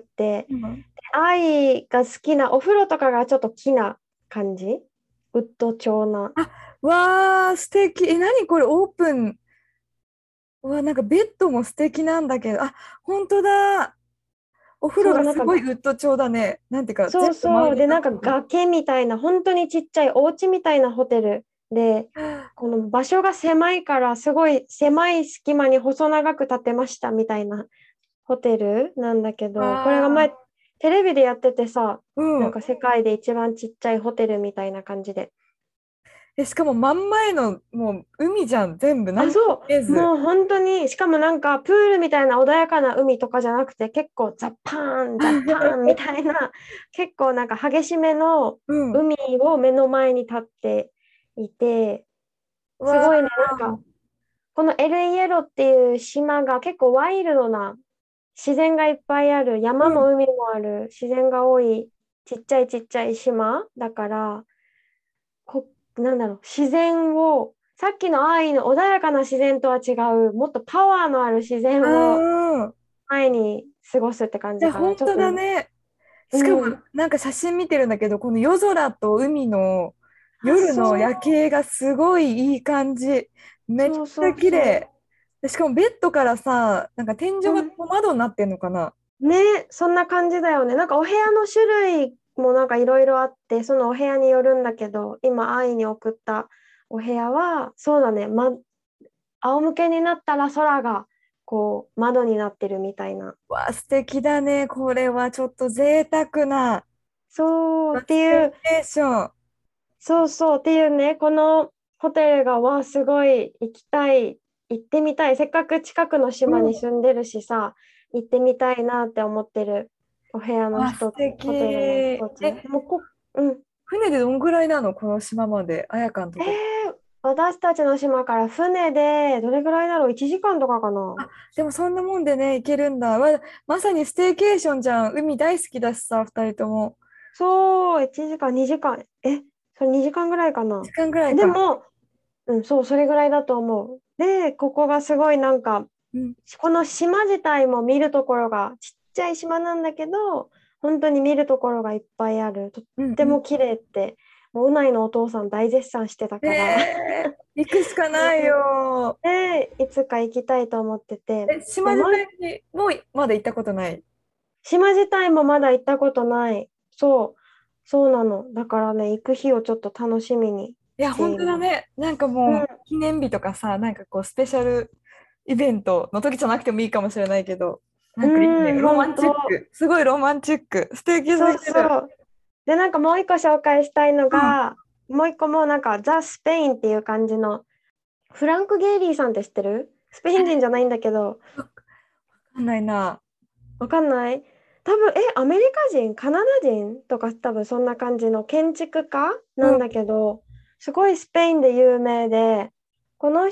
うん。 愛が好きなお風呂とかがちょっと木な感じ、ウッド調な。 あ、わー、素敵。何これ、オープン。うわ、なんかベッドも素敵なんだけど、あ、本当だ。お風呂そう、 がすなんかごいウッド調だね。なんていうか、全そう部丸そう。で、なんかになってる。 崖みたいな、本当にちっちゃいお家みたいなホテルで、この場所が狭いから、すごい狭い隙間に細長く建てましたみたいなホテルなんだけど、これが前、 わあ、 テレビでやっててさ、 うん。 なんか世界で一番ちっちゃいホテルみたいな感じで。 しかも真ん前の、もう海じゃん、全部、何あ、 もそ見えう、もず。 う本当に、しかもなんかプールみたいな穏やかな海とかじゃなくて、結構ザッパーン、ザッパーンみたいな、結構なんか激しめのうん。 海を目の前に立っていて、すわごいね、なんあ、 か、このエルイエロっていう島が結構ワイルドな自然がいっぱいある、山うん。 も海もある、自然が多い、ちっちゃいちっちゃい島だから、なんだろう、自然を、さっきの愛の穏やかな自然とは違う、もっとパワーのある自う然をん。い前に過ごすって感じや、 かな。 本当ちょっと、 だね。しかも、 うん。 なんか写真見てるんだけど、この夜空と海のあ、 夜のそう、 夜景がすごいいい感じ。めっちそうゃそうそ綺麗。でしかもベッドからさ、なんか天井う。 がうん。 窓になってんのかな？ ね、そんな感じだよね。なんかお部屋の種類もなんかいろいろあって、そのお部屋によるんだけど、今、愛に送ったお部屋は、そうだね、仰向けになったら空がこう窓になってるみたいな。 わあ、素敵だね。これはちょっと贅沢なそうっバスていう、 テーション。 そうそうっていうね、このホテルが、すごい行きたい、行ってみたい。せっかく近くの島にうん。 住んでるしさ、行ってみたいなって思ってるお部屋のわあ、素一つ、ホテルの敵。 一つ。もううん。 船でどんぐらいなのこの島まで、あやかんとえこ？ 私たちの島から船でどれぐらいだろう？ 1 時間とかかな。 あ、でもそんなもんでね、行けるんだ。まさにステーケーションじゃん。海大好きだしさ、二人とも。 そう、1時間、2時間。それ2時間ぐらいかな。 時間ぐらいか。 でも、うん、そう、それぐらいだと思う。で、ここがすごいなんか、 うん。 この島自体も見るところがちっちゃい島なんだけど、本当に見るところがいっぱいある。とっうんうん。 ても綺麗って、もううないのお父さん大絶賛してたから、 行くしかないよ。 で、いつか行きたいと思ってて、で、 島自体にもうまだ行ったことない？ 島自体もまだ行ったことない。そう、そうなの。だからね、行く日をちょっと楽しみにいや、本しています。 当だね。なんかうん、 もう、記念日とかさ、なんかこう、スペシャルイベントの時じゃなくてもいいかもしれないけど、なんかいいね。 うん、 ロマンチッ本当。 ク。すごいロマンチック。素敵すそうぎる。 そう。で、なんかもう一個紹介したいのうん。わが、もう一個もなんかザ・スペインっていう感じの、フランク・ゲイリーさんって知ってる？スペイン人じゃないんだけど、 かんないな。 わかんない？多分、アメリカ人、カナダ人とか多分そんな感じの建築家うん。 なんだけど、すごいスペインで有名で、この人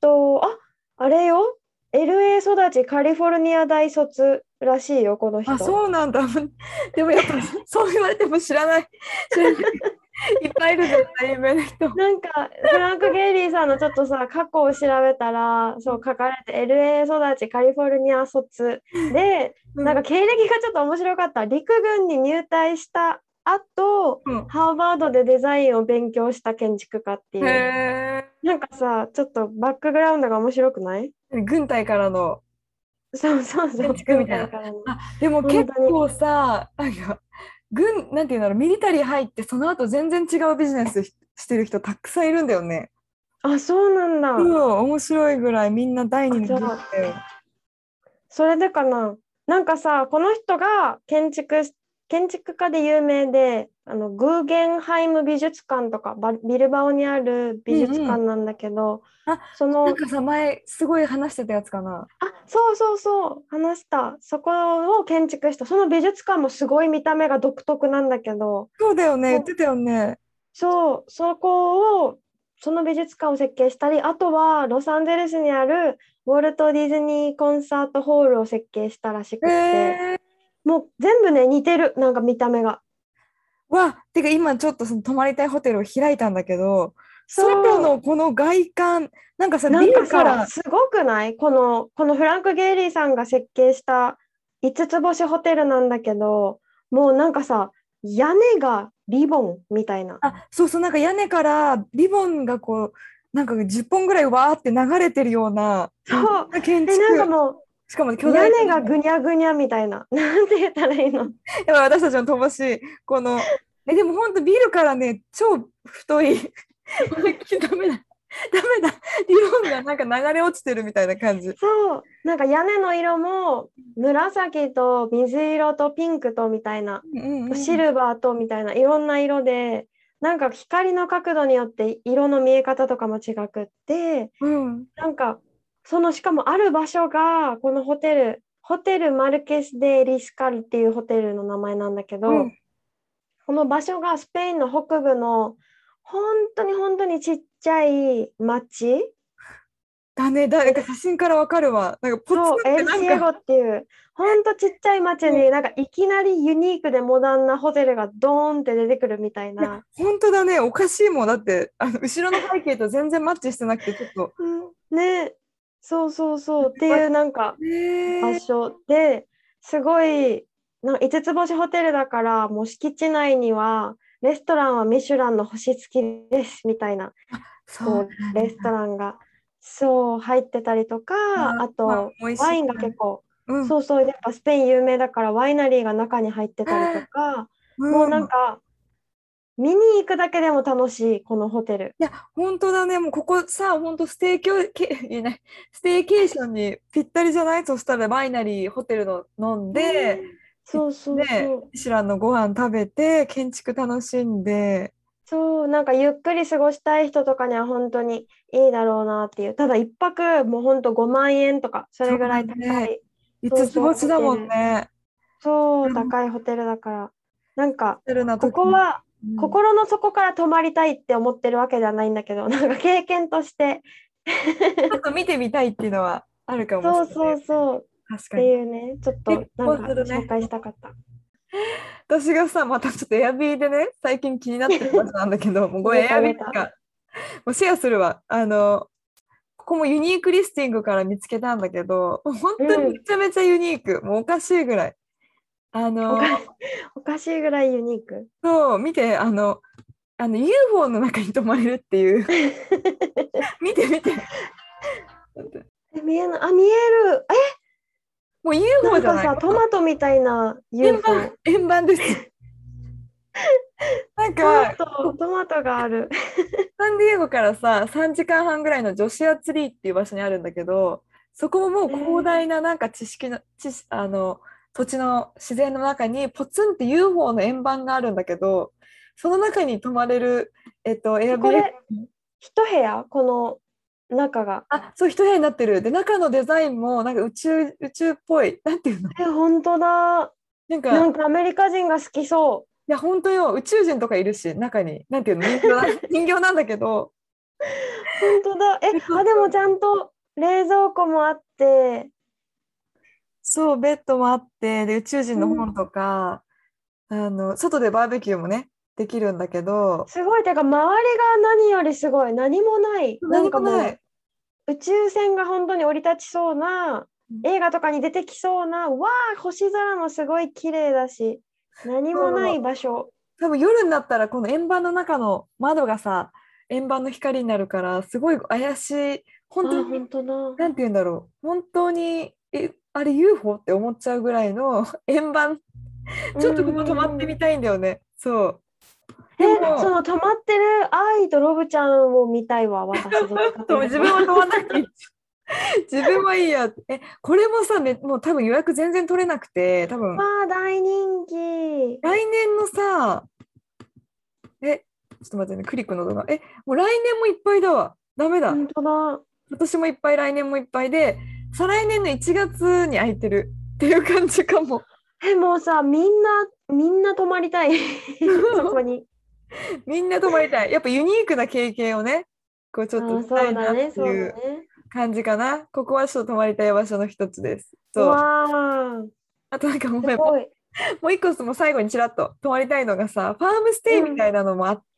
あれよ。LA 育ち、カリフォルニア大卒らしいよ、このあ、 人。 そうなんだ。でもやっぱそう言われても知らない。いっぱいいる絶対有名な人。 なんか、フランク・ゲイリーさんのちょっとさ、過去を調べたら、そう書かれて、LA 育ち、カリフォルニア卒で、 うん。 なんか経歴がちょっと面白かった。陸軍に入隊した後、 うん。 ハーバードでデザインを勉強した建築家ってへいう。 え。 なんかさ、ちょっとバックグラウンドが面白くない？ 軍隊からのそうそうそ建う、軍築みたいな。 隊からの。 あ、でも本当に。 結構さ、なんていうんだろう、ミリタリー入ってその後全然違うビジネスしてる人たくさんいるんだよね。 あ、そうなんだ。 うん、面白いぐらいみんな第二あ、 の人じゃあ、 生を。 それでかな。なんかさ、この人が建築家で有名で、グーゲンハイム美術館とか、ビルバオにある美術うんうん。 館なんだけど、 あ、 その、 なんかさ、前すごい話してたやつかな。 そうそうそう、話した。そこを建築した。その美術館もすごい見た目が独特なんだけど、 そうだよね、言っそてたよね。 そう、その美術館を設計したり、あとはロサンゼルスにあるウォルト・ディズニーコンサートホールを設計したらしへくって、 え。 もう全部ね、似てる、なんか見た目が。 てか今ちょっとその泊まりたいホテルを開いたんだけど、外そのこの外観、なんかさ、 う、なビんかさ、 ルから、 すごくないこのフランク・ゲイリーさんが設計した5つ星ホテルなんだけど、もうなんかさ、屋根がリボンみたいな。 あ、そうそう、なんか屋根からリボンがこう、なんか10本ぐらいわーって流れてるような、もうそう、 建なんか築、 もしかも巨う屋大なリボン。 根がぐにゃぐにゃみたいな。なんて言ったらいいの？ やっぱ私たちの乏しい、この、でも本当ビルからね、超太い、思いっきりダメだ、ダメだ、リボンがなんか流れ落ちてるみたいな感じ。 そう、なんか屋根の色も紫と水色とピンクとみたいな、 うんうんうん。 シルバーとみたいないろんな色で、なんか光の角度によって色の見え方とかも違くって、 うん。 なんかしかもある場所がこのホテルマルケス・デ・リスカルっていうホテルの名前なんだけうん。 ど、この場所がスペインの北部の本当に本当にちっちゃい町。 だね、なんか写真からわかるわ。なんかポツンそう、エってルシエゴなんか、 っていう、ほんとちっちゃい町うん、 に、なんかいきなりユニークでモダンなホテルがドーンって出てくるみたいいや、 な。 本当だね、おかしいもん。だって、後ろの背景と全然マッチしてなくて、ちょっと、 ね、そうそうそうっていうなんか場えー、 所で、すごい、5つ星ホテルだから、もう敷地内には、レストランはミシュランの星付きですみたいな、 そうレストランが、そう、入ってたりとか、 なんだ。パンあと、 も美味しワインがいんだね。 結構、 うん、 そうそう、やっぱスペイン有名だから、ワイナリーが中に入ってたりとか、もううん。いなんか、見に行くだけでも楽しい、このホテル。 や、本当だね、もうここさ、本当ステーキョ、言えない、ステーケーションにぴったりじゃない？そしたら、ワイナリー、ホテルの飲んねで、 え、そうそうね、 そう。 ミシュランのご飯食べて、建築楽しんで、 そう、なんかゆっくり過ごしたい人とかには本当にいいだろうなっていう。ただ一泊もう本当5万円とか、そそうだれぐらい高ね。 い、そ五つうそう、 星だもんホテル。 ね。 そう、 うん。 高いホテルだから。なんか、 ホテルなこ時に。 こはうん。 心の底から泊まりたいって思ってるわけではないんだけど、なんか経験として。 ちょっと見てみたいっていうのはあるかもしそうそうれないよね。 そうって確かに。 いうね、ちょっと結なんか構するね。 紹介したかった。 私がさ、またちょっとエアビーでね、最近気になってる場所なんだけど、もうごめん、エア出た出た。 ビーか。もうシェアするわ。ここもユニークリスティングから見つけたんだけど、本う当にめん。 ちゃめちゃユニーク。もうおかしいぐらい。あおか、 の、 おかしいぐらいユニーク。 そう、見て、UFO の中に泊まれるっていう。見て見て。 見えない。あ、見える。 もうな UFO じゃない。 んかさ、トマトみたいな円盤、 UFO。 円盤です。なんか、 トマトがある。 サンディエゴからさ、3時間半ぐらいのジョシュアツリーっていう場所にあるんだけど、そこももう広大ななんか知識の、土地の自然の中にポツンって UFO の円盤があるんだけど、その中に泊まれる、エアビー、 これ、一部屋この中が。 あ、そう、一部屋になってる。で、中のデザインもなんか宇宙っぽい。なんていうの？ 本当だ。 なんか、 なんかアメリカ人が好きそいや、本当よ、宇宙人とかいるし、中に、なんていうの、人形なんだけど、 本当だ。でもちゃんと冷蔵庫もあって、 そう、ベッドもあって、で、宇宙人うん、 の本とか、外でバーベキューもね、できるんだけど、 すごい。てか、周りが何よりすごい。何もない。なん何もない。 かもう、宇宙船が本当に降り立ちそうな、映画とかに出てきそうな、わあ、星空もすごい綺麗だし、何もないそう、 場所。 多分夜になったら、この円盤の中の窓がさ、円盤の光になるから、すごい怪しい、本当あ、 に、 本当だ。 なんて言うんだろう、本当に、あれ UFO って思っちゃうぐらいの円盤、 うちょっとここ泊まんうんうん。 ってみたいんだよね。そう。でも、 その止まってる愛とロブちゃんを見たいわ、私、どっちかというと。 自分は泊まんなきゃいい。自分はいいや。これもさ、もう多分予約全然取れなくて、多分わあ、大人気。 来年のさ、ちょっと待ってね、クリックの動画。もう来年もいっぱいだわ。ダメだ。 本当だ。 今年もいっぱい、来年もいっぱいで、再来年の1月に空いてるっていう感じかも。 もうさ、みんな泊まりたい。そこに。 みんな泊まりたい。やっぱユニークな経験をね、こうちょっとあー、 したいなっそうだね、そうだていうね。 感じかな。ここはちょっと泊まりたい場所の一つです。そう。 わあ、 あとなんかごめん、 すごい。 もう一個も最後にちらっと泊まりたいのがさ、ファームステイみうん、 たいなのもあって、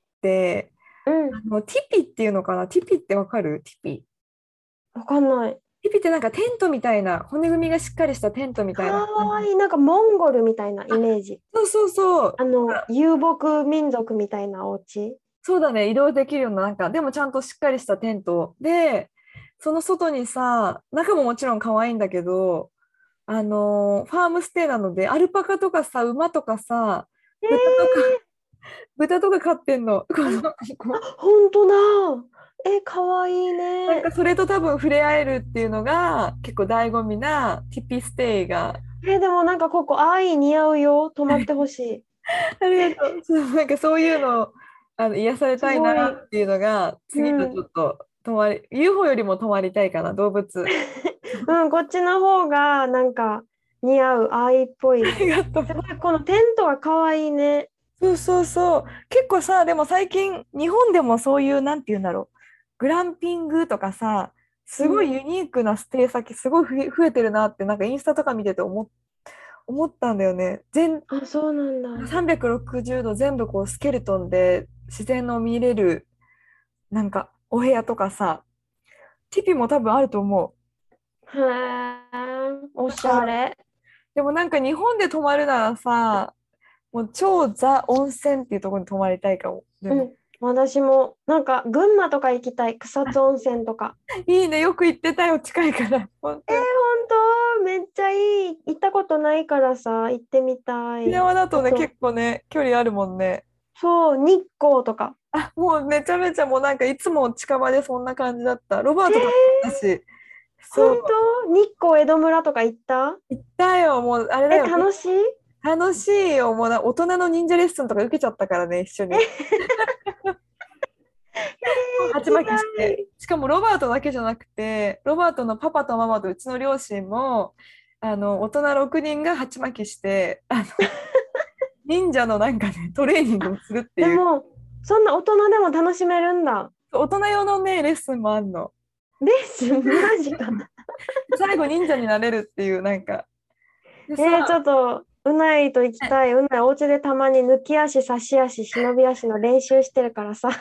うん。 ティピっていうのかな。ティピってわかる？ティピ。 わかんない。 ティピってなんかテントみたいな、骨組みがしっかりしたテントみかたいな感じ。 わいい。なんかモンゴルみたいなイメージ。 そうそうそう。 遊牧民族みたいなお家。 そうだね、移動できるような、なんか、でもちゃんとしっかりしたテントで、その外にさ、中ももちろん可愛いんだけど、ファームステイなので、アルパカとかさ、馬とかさ、 え豚とか、 ー、 豚とか飼ってんの。 本当だ。かわいいね。 なんかそれと多分触れ合えるっていうのが結構醍醐味なティピステイが。 でもなんかここ愛似合うよ。泊まってほしい。 ありがとう。なんかそういうの癒されすたいなごい。 っていうのがう次のちん。 ょっとUFO よりも泊まりたいかな、動物。 うん、こっちの方がなんか似合う愛っぽあい。 りがとう。 すごい、このテントがかわいいね。 そうそうそう。結構さ、でも最近日本でもそういうなんて言うんだろう。グランピングとかさ、すごいうん。 ユニークなステイ先すごい増えてるなってなんかインスタとか見てて思ったんだよね。 あ、そうなんだ。 360度全部こうスケルトンで自然の見れるなんかお部屋とかさ、ティピも多分あると思う。 へえ、おだからしゃれ。 でもなんか日本で泊まるならさ、もう超ザ温泉っていうところに泊まりたいかも。でも。 うん。私もなんか群馬とか行きたい。草津温泉とか。 いいね、よく行ってたよ、近いから。本当に。 本当めっちゃいい。行ったことないからさ、行ってみた沖い。 縄だとね、 あと、 結構ね、距離あるもんね。 そう、日光とか。 もうめちゃめちゃもうなんかいつも近場でそんな感じだった。ロバーへトとかも行ったえ、 し、 本そう、 当日光江戸村とか行った？ 行ったよ、もうあれだよ。 楽しい？ 楽しいよ、もう大人の忍者レッスンとか受けちゃったからね、一緒に。鉢行きた巻きして。 い。 しかもロバートだけじゃなくて、ロバートのパパとママとうちの両親も、大人6人が鉢巻きして、忍者のなんかね、トレーニングをするっていう。 でも、そんな大人でも楽しめるんだ。 大人用のね、レッスンもあんの。 レッスン、マジか。 最後忍者になれるっていう、なんか。でさ、 ちょっと、うないと行きたい。うない、お家でたまに抜き足、差し足、忍び足の練習してるからさ。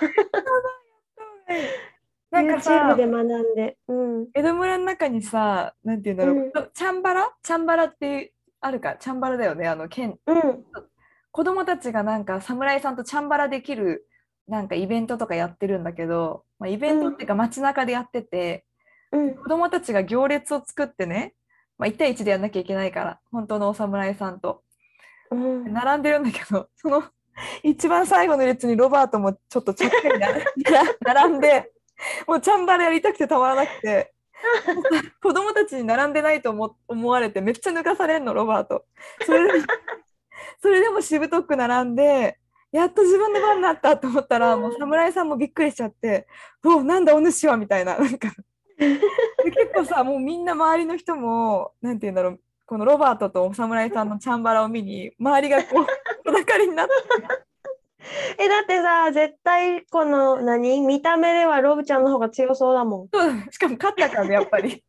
なんか YouTube でさ、 学んで。うん。 江戸村の中にさ、なんて言うんだろうん。 う、チャンバラってあるか、チャンバラだよね、 うん。 子供たちがなんか侍さんとチャンバラできるなんかイベントとかやってるんだけど、まあ、イベントっうん。 ていうか街中でやってて、 うん。 子供たちが行列を作ってね、まあ、1対1でやんなきゃいけないから、本当のお侍さんと。 うん。 並んでるんだけど、その一番最後の列にロバートもちょっとちゃっかり並んで、もうチャンバラやりたくてたまらなくて、子供たちに並んでないと思われてめっちゃ抜かされんの、ロバート。それでそれでもしぶとく並んで、やっと自分の番になったと思ったら、もう侍さんもびっくりしちゃって、なんだお主はみたいな、なんかで結構さ、もうみんな周りの人も、なんて言うんだろう、このロバートとお侍さんのチャンバラを見に、周りがこう、小だかりになって、 だってさ、絶対この見た目ではロブちゃんの方が強そうだもん。 そうだね。しかも勝ったからね、やっぱり。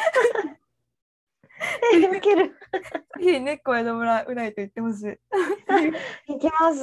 ウケる。 ぜひ猫江戸村うないと言ってほしい。 行きます。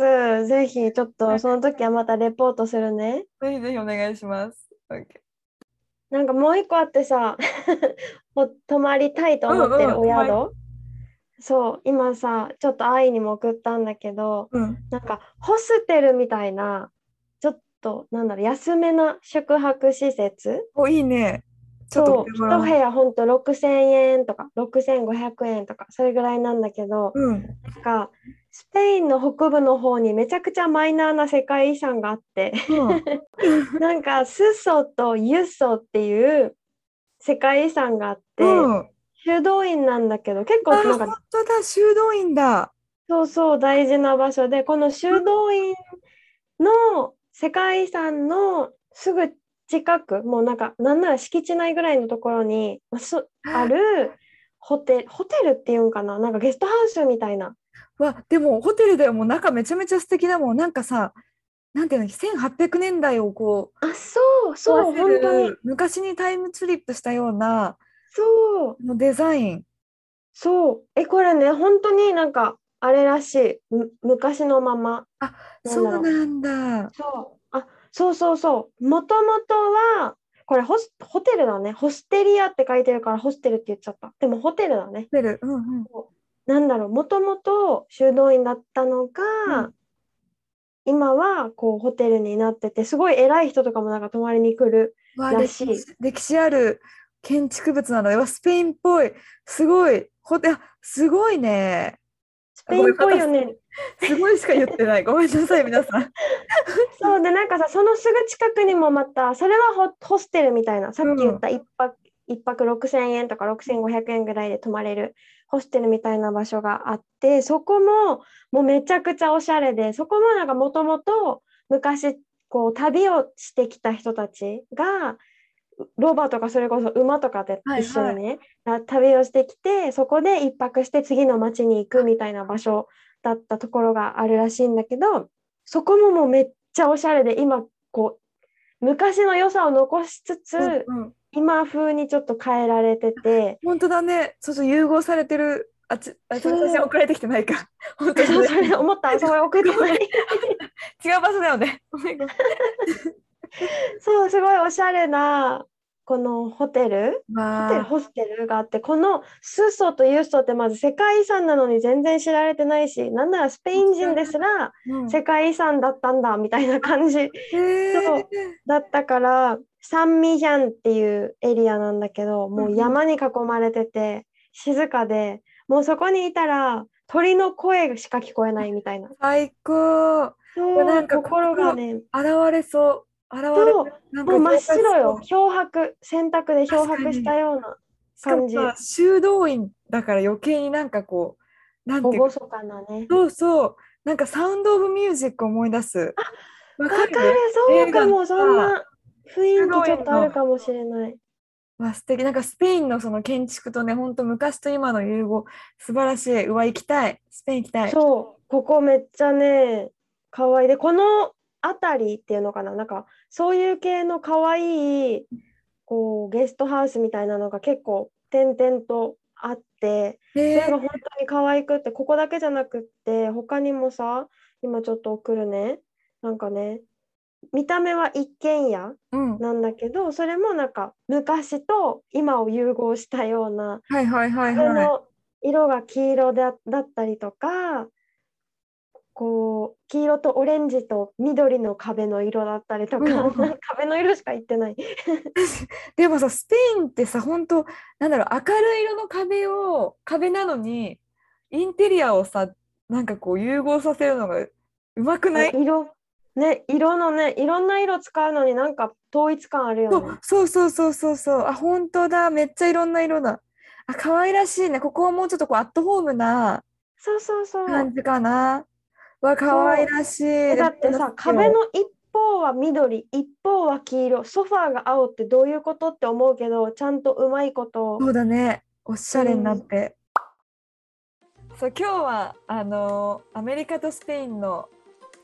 ぜひ、ちょっとその時はまたレポートするね。 ぜひぜひお願いします。OK。 なんかもう一個あってさ、泊まりたいと思ってるお宿。そう、今さ、ちょっと愛にも送ったんだけど、 うん。 なんかホステルみたいな、ちょっと、安めな宿泊施設。 お、いいね。ちょっと見そう、一部てもらおう。 屋ほんと6000円とか6500円とか、それぐらいなんだけど、 うん。 なんか、スペインの北部の方にめちゃくちゃマイナーな世界遺産があって、 うん。 なんか、スッソとユッソっていう世界遺産があっうて、 ん。 修道院なんだけど、結あ、 構なんか、 本当だ、修道院だ。 そうそう大事な場所で、この修道院の世界遺産のすぐ近く、もうなんか、なんなら敷地内ぐらいのところに、あるホテルっていうんかな、なんかゲストハウスみたいな。 でもホテルでもう中めちゃめちゃ素敵だもん。なんかさ、なんていうの、1800年代をこあ、そうう、思わそう、 せ本当に。 る、昔にタイムスリップしたようなそう、 のデザイン。 そう。これね、本当になんか、あれらしい。昔のまま。 あ、 なんだろう。 そうなんだ。 そう。あ、そうそうそう。もともとは、これホテルだね。ホステリアって書いてるからホステルって言っちゃった。でもホテルだね。 ホテル。うんうん。 そうなんだろう。もともと修道院だったのうん。 が、今はこうホテルになってて、すごい偉い人とかもなんか泊まりに来る歴らしい。 史、歴史ある建築物なんだ。スペインっぽい。すごい。すごいね。あ、ごめん、 スペインっまたぽいよね。 すごいしか言ってない。ごめんなさい、皆さん。 そうで、なんかさ、そのすぐ近くにもまた、それはホステルみたいな、さうん。 っき言った一泊6000円とか6500円ぐらいで泊まれるホステルみたいな場所があって、そこももうめちゃくちゃおしゃれで、そこもなんかもともと昔、こう旅をしてきた人たちが、ロバとかそれこそ馬とかで一はいはい。 緒にね、旅をしてきて、そこで一泊して次の町に行くみたいな場所だったところがあるらしいんだけど、そこももうめっちゃおしゃれで、今こう昔の良さを残しつつ、 うんうん。 今風にちょっと変えられてて、 本当だね。そうそう、融合されてる。それ写真そう、 送られてきてないか。本当だね。 そうそれ思った、それ送ってない。 ごめん。違う場所だよね。ごめんごめん。 そう、すごいおしゃれな、このまあ、 ホステルがあって、このスッソとユッソってまず世界遺産なのに全然知られてないし、なんならスペイン人ですらうん。 世界遺産だったんだみたいな感じ、そうえだったから、サンミジャンっていうエリアなんだけど、もううんうん。 山に囲まれてて、静かで、もうそこにいたら鳥の声しか聞こえないみたいな。 最高。 そう、 なんか心が心ね、 現れそう。現れそう、 る。なんもう真っか浄化し白よ。 そう。 洗濯で漂白した確かに。 ようなしかもさ、 感じ。 修道院だから余計になんかこう、なんていうか、 厳かなね。 そうそう、なんかサウンドオブミュージック思い出す。わかわかる、 る映画のそうかも、そんさ、 な雰修囲気ちょっとあ道院の、 るかもしれない。 素敵。なんかスペインのその建築とね、ほんと昔と今の融合、素晴らしい。行きたい。スペイン行きたい。 そう、ここめっちゃね、可愛いで、この辺りっていうのかな、なんかそういう系の可愛いこうゲストハウスみたいなのが結構点々とあって、それえが本当に可愛くって、ここだけじゃなくって、他にもさ、今ちょっと送るね、なんかね、見た目は一軒家うん。 なんだけど、それもなんか昔と今を融合したような、 はいはいはいはい。 壁の色が黄色だったりとか、こう黄色とオレンジと緑の壁の色だったりとか、 うんうん。 壁の色しか言ってない。 でもさ、スペインってさ、本当なんだろう、明るい色の壁なのに、インテリアをさ、なんかこう融合させるのがうまくない？ 色のね、いろんな色使うのになんか統一感あるよね。 そう。あ、本当だ。めっちゃいろんな色だ。あ、可愛らしいね。ここはもうちょっとこうアットホームなそうそうそう。 感じかな。可愛そう。 らしい。でも、好だってさ、 きよ。 壁の一方は緑、一方は黄色、ソファーが青ってどういうことって思うけど、ちゃんとうまいこと。 そうだね。おしうゃれになっん。 て。そう、今日は、アメリカとスペインの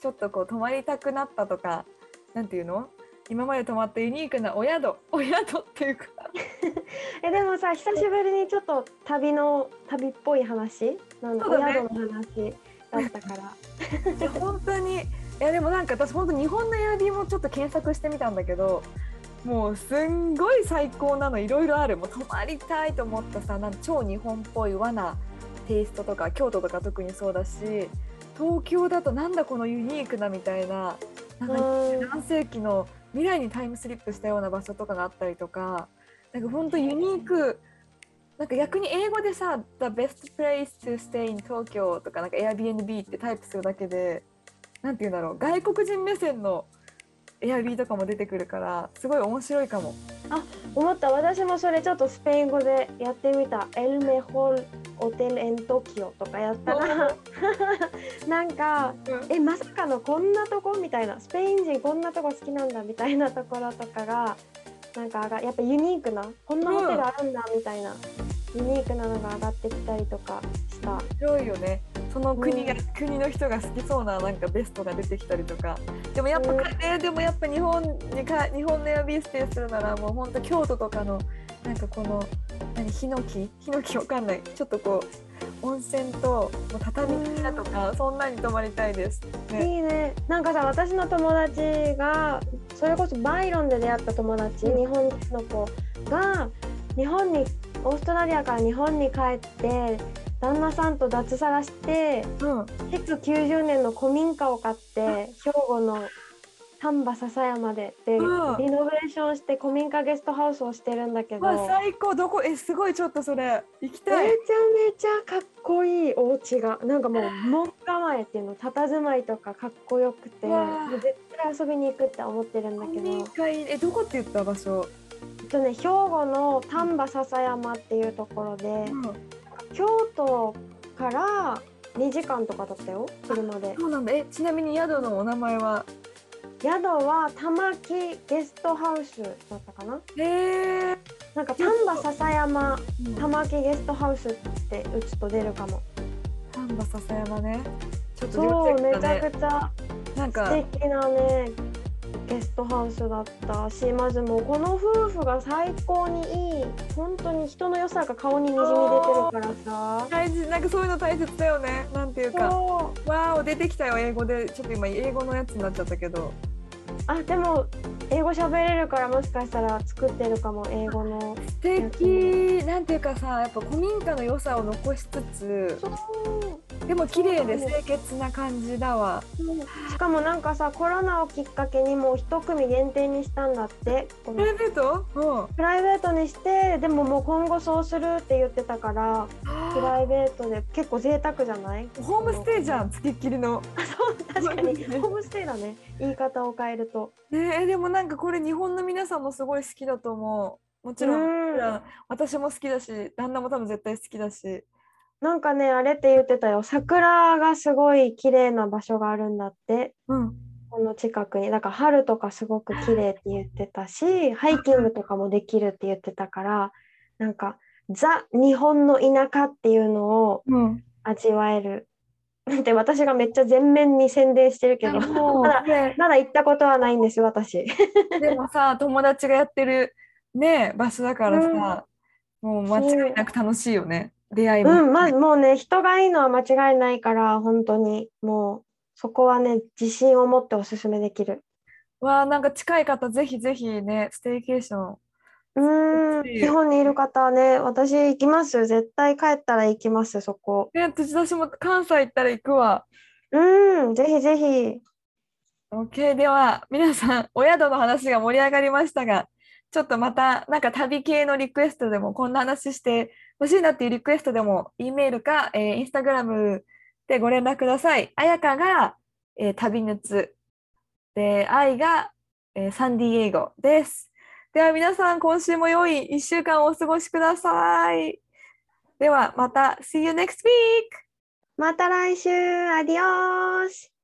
ちょっとこう泊まりたくなったとか、なんていうの、今まで泊まったユニークなお宿っていうかでもさ、久しぶりにちょっと旅っぽい話、なんだ、おそうだね宿の話だったから。 いや本当に、いやでもなんか私本当日本のエアビーもちょっと検索してみたんだけど、もうすんごい最高なのいろいろある。もう泊まりたいと思ったさ、なんか超日本っぽい和なテイストとか、京都とか特にそうだし、東京だとなんだこのユニークなみたいな、なんか何世紀の未来にタイムスリップしたような場所とかがあったりとか、なんか本当ユニーク、なんか逆に英語でさ「The best place to stay in Tokyo」とかなんか Airbnb ってタイプするだけで、なんていうんだろう、外国人目線のエアビーとかも出てくるからすごい面白いかも。 あ、思った。私もそれちょっとスペイン語でやってみた。エルメホルホテルエントキオとかやったらなんか、まさかのこんなとこみたいな、スペイン人こんなとこ好きなんだみたいなところとかがなんかやっぱユニークな、こんなホテルあるんだみたいな、ユニークなのが上がってきたりとかした。 面白いよね。その国の人が好きそうななんかベストが出てきたりとか。でもやっぱ、でもやっぱ日本のエアビーステイするならもう本当京都とかのなんかこのヒノキわかんない、ちょっとこう温泉ともう畳部屋とか、そんなに泊まりたいです、 ね。いいね。なんかさ、私の友達がそれこそバイロンで出会った友達、日本人の子がオーストラリアから日本に帰って旦那さんと脱サラして、築90年の古民家を買って兵庫の丹波篠山でリノベーションして古民家ゲストハウスをしてるんだけど、 最高。どこすごい、ちょっとそれ行きたい。 めちゃめちゃかっこいいお家が、なんかもう門構えっていうの、佇まいとかかっこよくて、絶対遊びに行くって思ってるんだけど。 どこって言った場所？ 兵庫の丹波篠山っていうところで、京都から2時間とかだったよ、車で。 そうなんだ。ちなみに宿のお名前は？ 宿は玉木ゲストハウスだったかな。なんか丹波篠山玉木ゲストハウスって打つと出るかも。 丹波篠山ね。ちょっとそう、めちゃくちゃ素敵なねゲストハウスだったし、まずもうこの夫婦が最高にいい、本当に人の良さが顔ににじみ出てるからさ。 なんかそういうの大切だよね。なんていうか、わー出てきたよ、英語で。ちょっと今英語のやつになっちゃったけど。 でも英語喋れるから、もしかしたら作ってるかも、英語の。 素敵。なんていうかさ、やっぱ古民家の良さを残しつつ、でも綺麗で清潔な感じだわ。 しかもなんかさ、コロナをきっかけにもう一組限定にしたんだって。 プライベート？ プライベートにして、でももう今後そうするって言ってたから、プライベートで結構贅沢じゃない？ ホームステイじゃん、つきっきりの。 そう、確かにホームステイだね、言い方を変えると。 でもなんかこれ日本の皆さんもすごい好きだと思う。もちろん私も好きだし、旦那も多分絶対好きだし。 なんかね、あれって言ってたよ。桜がすごい綺麗な場所があるんだって。この近くに。だから春とかすごく綺麗って言ってたし、ハイキングとかもできるって言ってたから、なんかザ・日本の田舎っていうのを味わえる。で、私がめっちゃ全面に宣伝してるけど、まだ行ったことはないんですよ、私。 でもさ、友達がやってるね、場所だからさ、もう間違いなく楽しいよね。出会いも。 もうね、人がいいのは間違いないから、本当にもうそこはね、自信を持っておすすめできる。 なんか近い方、ぜひぜひね、ステイケーション。 日本にいる方はね、私行きます。絶対帰ったら行きます、そこ。 私も関西行ったら行くわ。 ぜひぜひ。 OK、では、皆さん、お宿の話が盛り上がりましたが、ちょっとまた、なんか旅系のリクエストでも、こんな話してほしいなっていうリクエストでも、E メールか、インスタグラムでご連絡ください。あやかが、旅ぬつ。で、愛が、サンディエゴです。では皆さん、今週も良い1週間をお過ごしください。では、また、See you next week! また来週、アディオース